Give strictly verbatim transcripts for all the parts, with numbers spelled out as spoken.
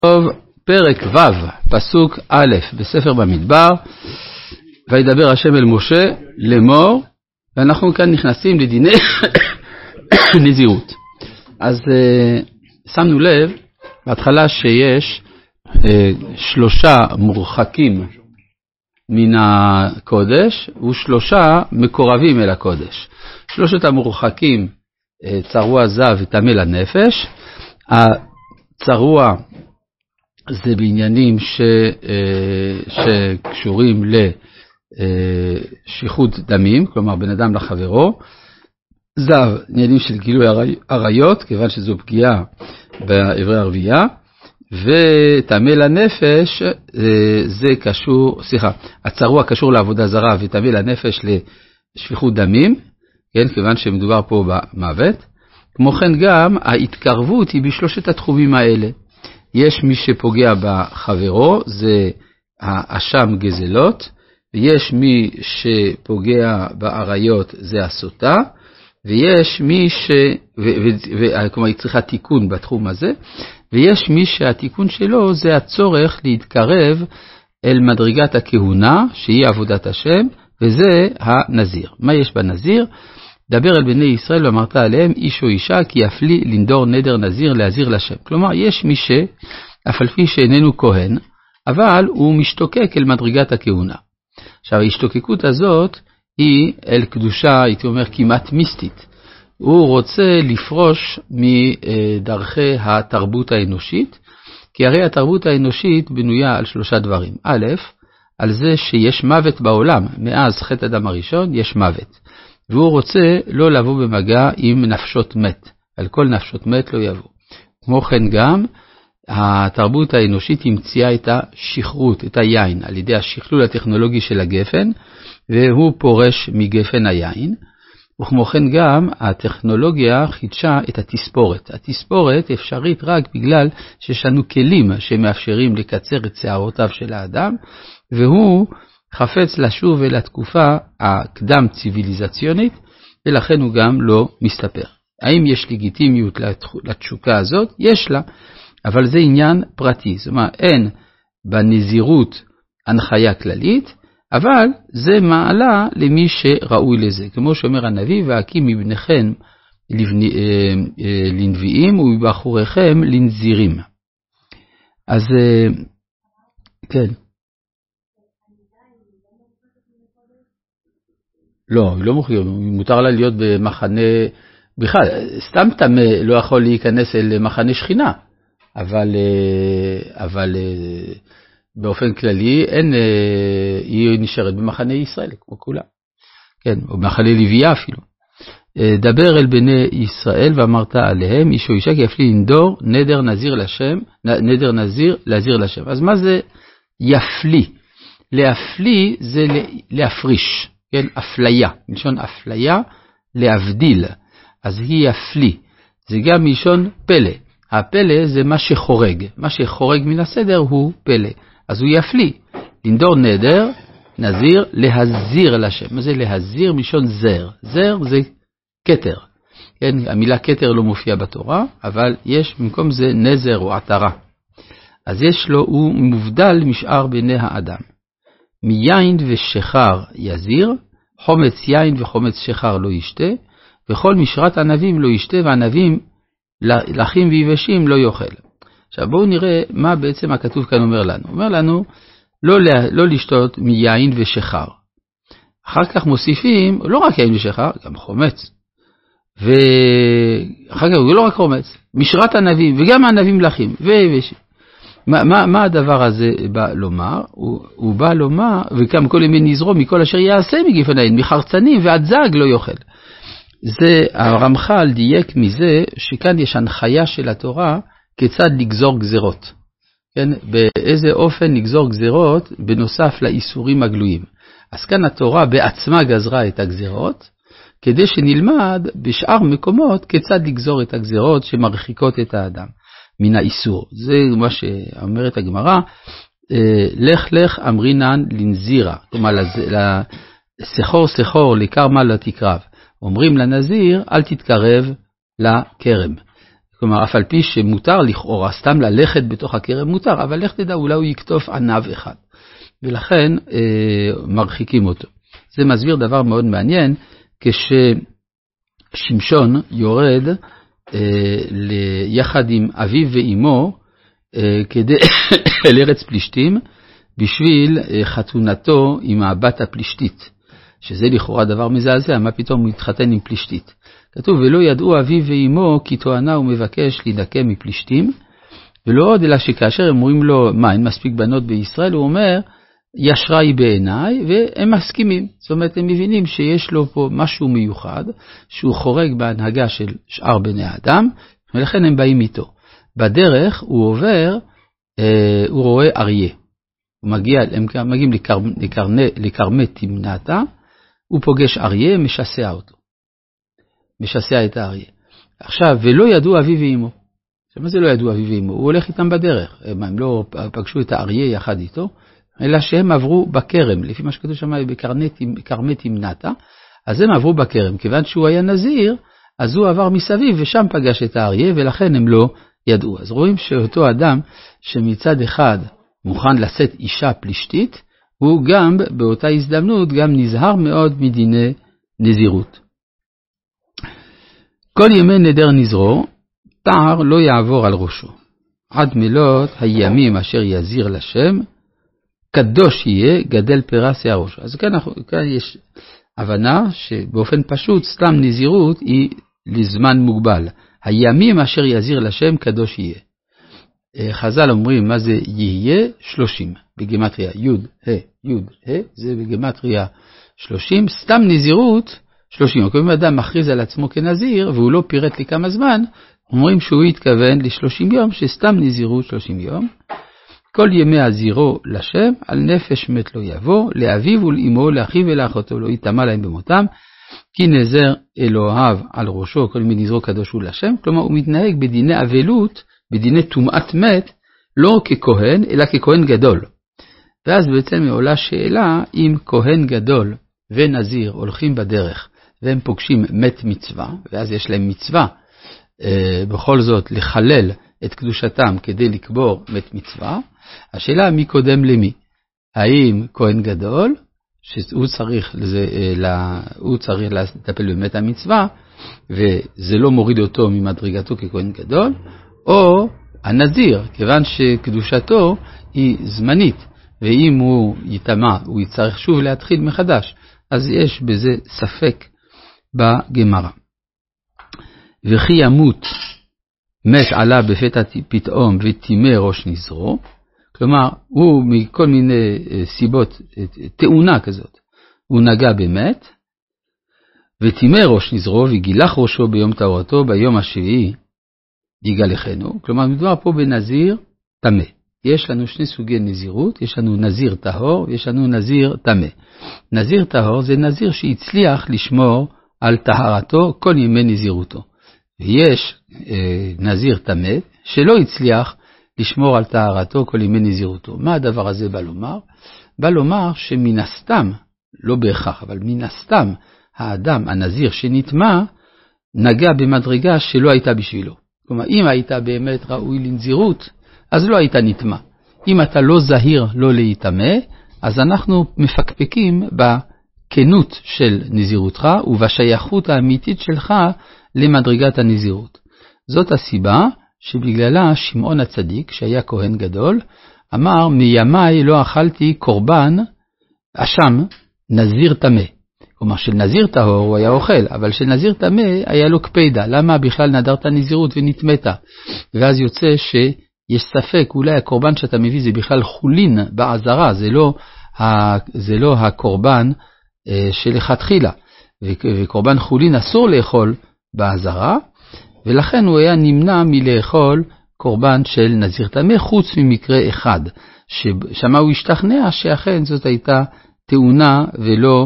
טוב, פרק ו', פסוק א', בספר במדבר, וידבר השם אל משה לאמור, ואנחנו כאן נכנסים לדיני נזירות. אז uh, שמנו לב בהתחלה שיש uh, שלושה מורחקים מן הקודש ושלושה מקורבים אל הקודש. שלושת המורחקים uh, צרוע זב וטמא לנפש. הצרוע זה בעניינים ש, שקשורים לשפיכות דמים, כלומר בן אדם לחברו. זב, עניינים של גילוי עריות, כיוון שזו פגיעה בעברי הרבייה. וטמא לנפש, זה קשור, סליחה, הצרוע קשור לעבודה זרה, וטמא לנפש לשפיכות דמים, כן, כיוון שמדובר פה במוות. כמו כן גם ההתקרבות היא בשלושת התחומים האלה. יש מי שפוגע בחברו, זה האשם גזלות, ויש מי שפוגע בעריות, זה הסוטה, ויש מי ש... ו... ו... ו... כלומר, היא צריכה תיקון בתחום הזה, ויש מי שהתיקון שלו זה הצורך להתקרב אל מדרגת הכהונה, שהיא עבודת השם, וזה הנזיר. מה יש בנזיר? דבר אל בני ישראל ואמרת עליהם איש או אישה כי יפלי לנדור נדר נזיר להזיר לשם. כלומר יש מי שאף על פי שאיננו כהן, אבל הוא משתוקק אל מדרגת הכהונה. עכשיו ההשתוקקות הזאת היא אל קדושה, הייתי אומר כמעט מיסטית. הוא רוצה לפרוש מדרכי התרבות האנושית, כי הרי התרבות האנושית בנויה על שלושה דברים. א', על זה שיש מוות בעולם, מאז חטא אדם הראשון יש מוות. והוא רוצה לא לבוא במגע עם נפשות מת, על כל נפשות מת לא יבוא. כמו כן גם, התרבות האנושית המציאה את השכרות, את היין, על ידי השכלול הטכנולוגי של הגפן, והוא פורש מגפן היין. וכמו כן גם, הטכנולוגיה חידשה את התספורת. התספורת אפשרית רק בגלל שיש לנו כלים שמאפשרים לקצר את שערותיו של האדם, והוא חפץ לשוב אל התקופה הקדם ציוויליזציונית, ולכן הוא גם לא מסתפר. האם יש לגיטימיות לתשוקה הזאת? יש לה, אבל זה עניין פרטי. זאת אומרת, אין בנזירות הנחיה כללית, אבל זה מעלה למי שראוי לזה. כמו שאומר הנביא, והקים מבניכם לנביאים ומבחוריכם לנזירים. אז כן. לא, היא לא מוכרת, מותר לה להיות במחנה, בכלל, סתם טמא לא יכול להיכנס אל מחנה שכינה, אבל, אבל באופן כללי אין, היא נשארת במחנה ישראל, כמו כולה, כן, או במחנה לוויה אפילו. דבר אל בני ישראל ואמרת עליהם, איש או אישה כי יפלי לנדור נדר נזיר לשם, נדר נזיר להזיר לשם. אז מה זה יפלי? להפלי זה להפריש. כן, אפליה, מלשון אפליה, להבדיל. אז היא יפלי. זה גם מלשון פלא. הפלא זה מה שחורג. מה שחורג מן הסדר הוא פלא. אז הוא יפלי. לנדור נדר, נזיר, להזיר לשם. מה זה להזיר? מלשון זר. זר זה כתר. כן, המילה כתר לא מופיעה בתורה, אבל יש במקום זה נזר או עטרה. אז יש לו, הוא מובדל משאר בני האדם. מיין ושחר יזיר, חומץ יין וחומץ שחר לא ישתה, וכל משרת ענבים לא ישתה, וענבים לחים ויבשים לא יאכל. עכשיו בואו נראה מה בעצם הכתוב כאן אומר לנו. אומר לנו לא, לא לשתות מיין ושחר. אחר כך מוסיפים, לא רק יין ושחר, גם חומץ. ואחר כך הוא לא רק חומץ, משרת ענבים, וגם ענבים לחים ויבשים. מה, מה, מה הדבר הזה בא לומר? הוא, הוא בא לומר, וכם כל ימי נזרו מכל אשר יעשה מגפן העין, מחרצנים ועד זג לא יאכל. זה, הרמח"ל דייק מזה, שכאן יש הנחיה של התורה, כיצד לגזור גזרות. כן? באיזה אופן לגזור גזרות, בנוסף לאיסורים הגלויים. אז כאן התורה בעצמה גזרה את הגזרות, כדי שנלמד בשאר מקומות, כיצד לגזור את הגזרות שמרחיקות את האדם. מן האיסור. זה מה שאומרת הגמרא, לך לך אמרינן לנזירה, כלומר לסחור סחור לקרמה לא תקרב. אומרים לנזיר אל תתקרב לכרם. כלומר, אף על פי שמותר לכאורה סתם ללכת בתוך הכרם מותר, אבל לך תדע, אולי הוא יקטוף ענב אחד. ולכן אה, מרחיקים אותו. זה מסביר דבר מאוד מעניין, כששמשון יורד אה, יחד עם אביו ואימו, אה, כדי לארץ פלישתים, בשביל אה, חתונתו עם הבת הפלישתית, שזה לכאורה דבר מזעזע, מה פתאום הוא מתחתן עם פלישתית. כתוב, ולא ידעו אביו ואימו, כי טוענה הוא מבקש להינקם מפלישתים, ולא עוד, אלא שכאשר הם אומרים לו, מה, אין מספיק בנות בישראל, הוא אומר, ישרה היא בעיניי, והם מסכימים. זאת אומרת, הם מבינים שיש לו פה משהו מיוחד, שהוא חורג בהנהגה של שאר בני האדם, ולכן הם באים איתו. בדרך הוא עובר, אה, הוא רואה אריה. הוא מגיע, הם מגיעים לקרמי תמנתה, הוא פוגש אריה, משסע אותו. משסע את האריה. עכשיו, ולא ידעו אביו ואימו. מה זה לא ידעו אביו ואימו? הוא הולך איתם בדרך. הם, הם לא פגשו את האריה יחד איתו, אלא שהם עברו בכרם, לפי מה שכתוב שם בקרמי תמנתה, אז הם עברו בכרם. כיוון שהוא היה נזיר, אז הוא עבר מסביב ושם פגש את האריה, ולכן הם לא ידעו. אז רואים שאותו אדם שמצד אחד מוכן לשאת אישה פלישתית, הוא גם באותה הזדמנות גם נזהר מאוד מדיני נזירות. כל ימי נדר נזרו, תער לא יעבור על ראשו. עד מלות הימים אשר יזיר לשם, קדוש יהיה, גדל פרע שיער ראשו. אז כאן, כאן יש הבנה שבאופן פשוט סתם נזירות היא לזמן מוגבל. הימים אשר יזיר לשם, קדוש יהיה. חז"ל אומרים מה זה יהיה? שלושים. בגמטריה י' ה' י' ה' זה בגמטריה שלושים. סתם נזירות שלושים. אם אדם מכריז על עצמו כנזיר והוא לא פירט לי כמה זמן, אומרים שהוא התכוון ל-שלושים יום, שסתם נזירות שלושים יום. כל ימי הזירו לשם, על נפש מת לא יבוא, לאביו ולאמו, לאחיו ולאחותו, לא יטמא להם במותם, כי נזר אלוהיו על ראשו, כל ימי נזרו קדוש הוא לשם. כלומר, הוא מתנהג בדיני אבלות, בדיני טומאת מת, לא ככהן, אלא ככהן גדול. ואז בעצם עולה שאלה, אם כהן גדול ונזיר הולכים בדרך, והם פוגשים מת מצווה, ואז יש להם מצווה, אה, בכל זאת לחלל את קדושתם כדי לקבור מת מצווה, השאלה מי קודם למי? האם כהן גדול, שהוא צריך, לזה, הוא צריך לטפל במת המצווה, וזה לא מוריד אותו ממדרגתו ככהן גדול, או הנזיר, כיוון שקדושתו היא זמנית, ואם הוא יטמא, הוא יצטרך שוב להתחיל מחדש, אז יש בזה ספק בגמרא. וכי ימות מת עלה בפתע פתאום וטימא ראש נזרו, כלומר, הוא מכל מיני סיבות, תאונה כזאת, הוא נגע במת, וטימא ראש נזרו וגילח ראשו ביום טהרתו, ביום השביעי יגלחנו. כלומר, מדובר פה בנזיר טמא. יש לנו שני סוגי נזירות, יש לנו נזיר טהור, יש לנו נזיר טמא. נזיר טהור זה נזיר שהצליח לשמור על טהרתו כל ימי נזירותו. ויש אה, נזיר טמא שלא הצליח לשמור על טהרתו כל ימי נזירותו. מה הדבר הזה בא לומר? בא לומר שמן הסתם, לא בהכרח, אבל מן הסתם, האדם, הנזיר שנטמא, נגע במדרגה שלא הייתה בשבילו. כלומר, אם היית באמת ראוי לנזירות, אז לא היית נטמא. אם אתה לא זהיר לא להיטמא, אז אנחנו מפקפקים בכנות של נזירותך ובשייכות האמיתית שלך למדרגת הנזירות. זאת הסיבה שבגללה שמעון הצדיק, שהיה כהן גדול, אמר, מימיי לא אכלתי קורבן אשם נזיר טמא. כלומר, של נזיר טהור הוא היה אוכל, אבל של נזיר טמא היה לו קפידה. למה בכלל נדרת נזירות ונטמאת? ואז יוצא שיש ספק, אולי הקורבן שאתה מביא זה בכלל חולין בעזרה, זה לא, זה לא הקורבן שלכתחילה. וקורבן חולין אסור לאכול בעזרה, ולכן הוא היה נמנע מלאכול קורבן של נזיר טמא, חוץ ממקרה אחד, ששמה הוא השתכנע שאכן זאת הייתה תאונה ולא,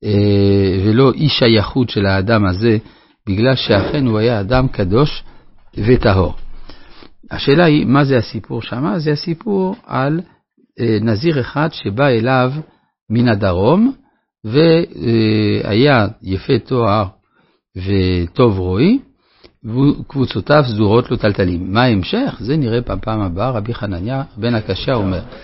ולא אי שייכות של האדם הזה, בגלל שאכן הוא היה אדם קדוש וטהור. השאלה היא, מה זה הסיפור שמה? זה הסיפור על נזיר אחד שבא אליו מן הדרום, והיה יפה תואר וטוב רואי, וקבוצותיו סדורות לו טלטלים. מה ההמשך? זה נראה בפעם הבאה. רבי חנניה בן הקשיא אומר.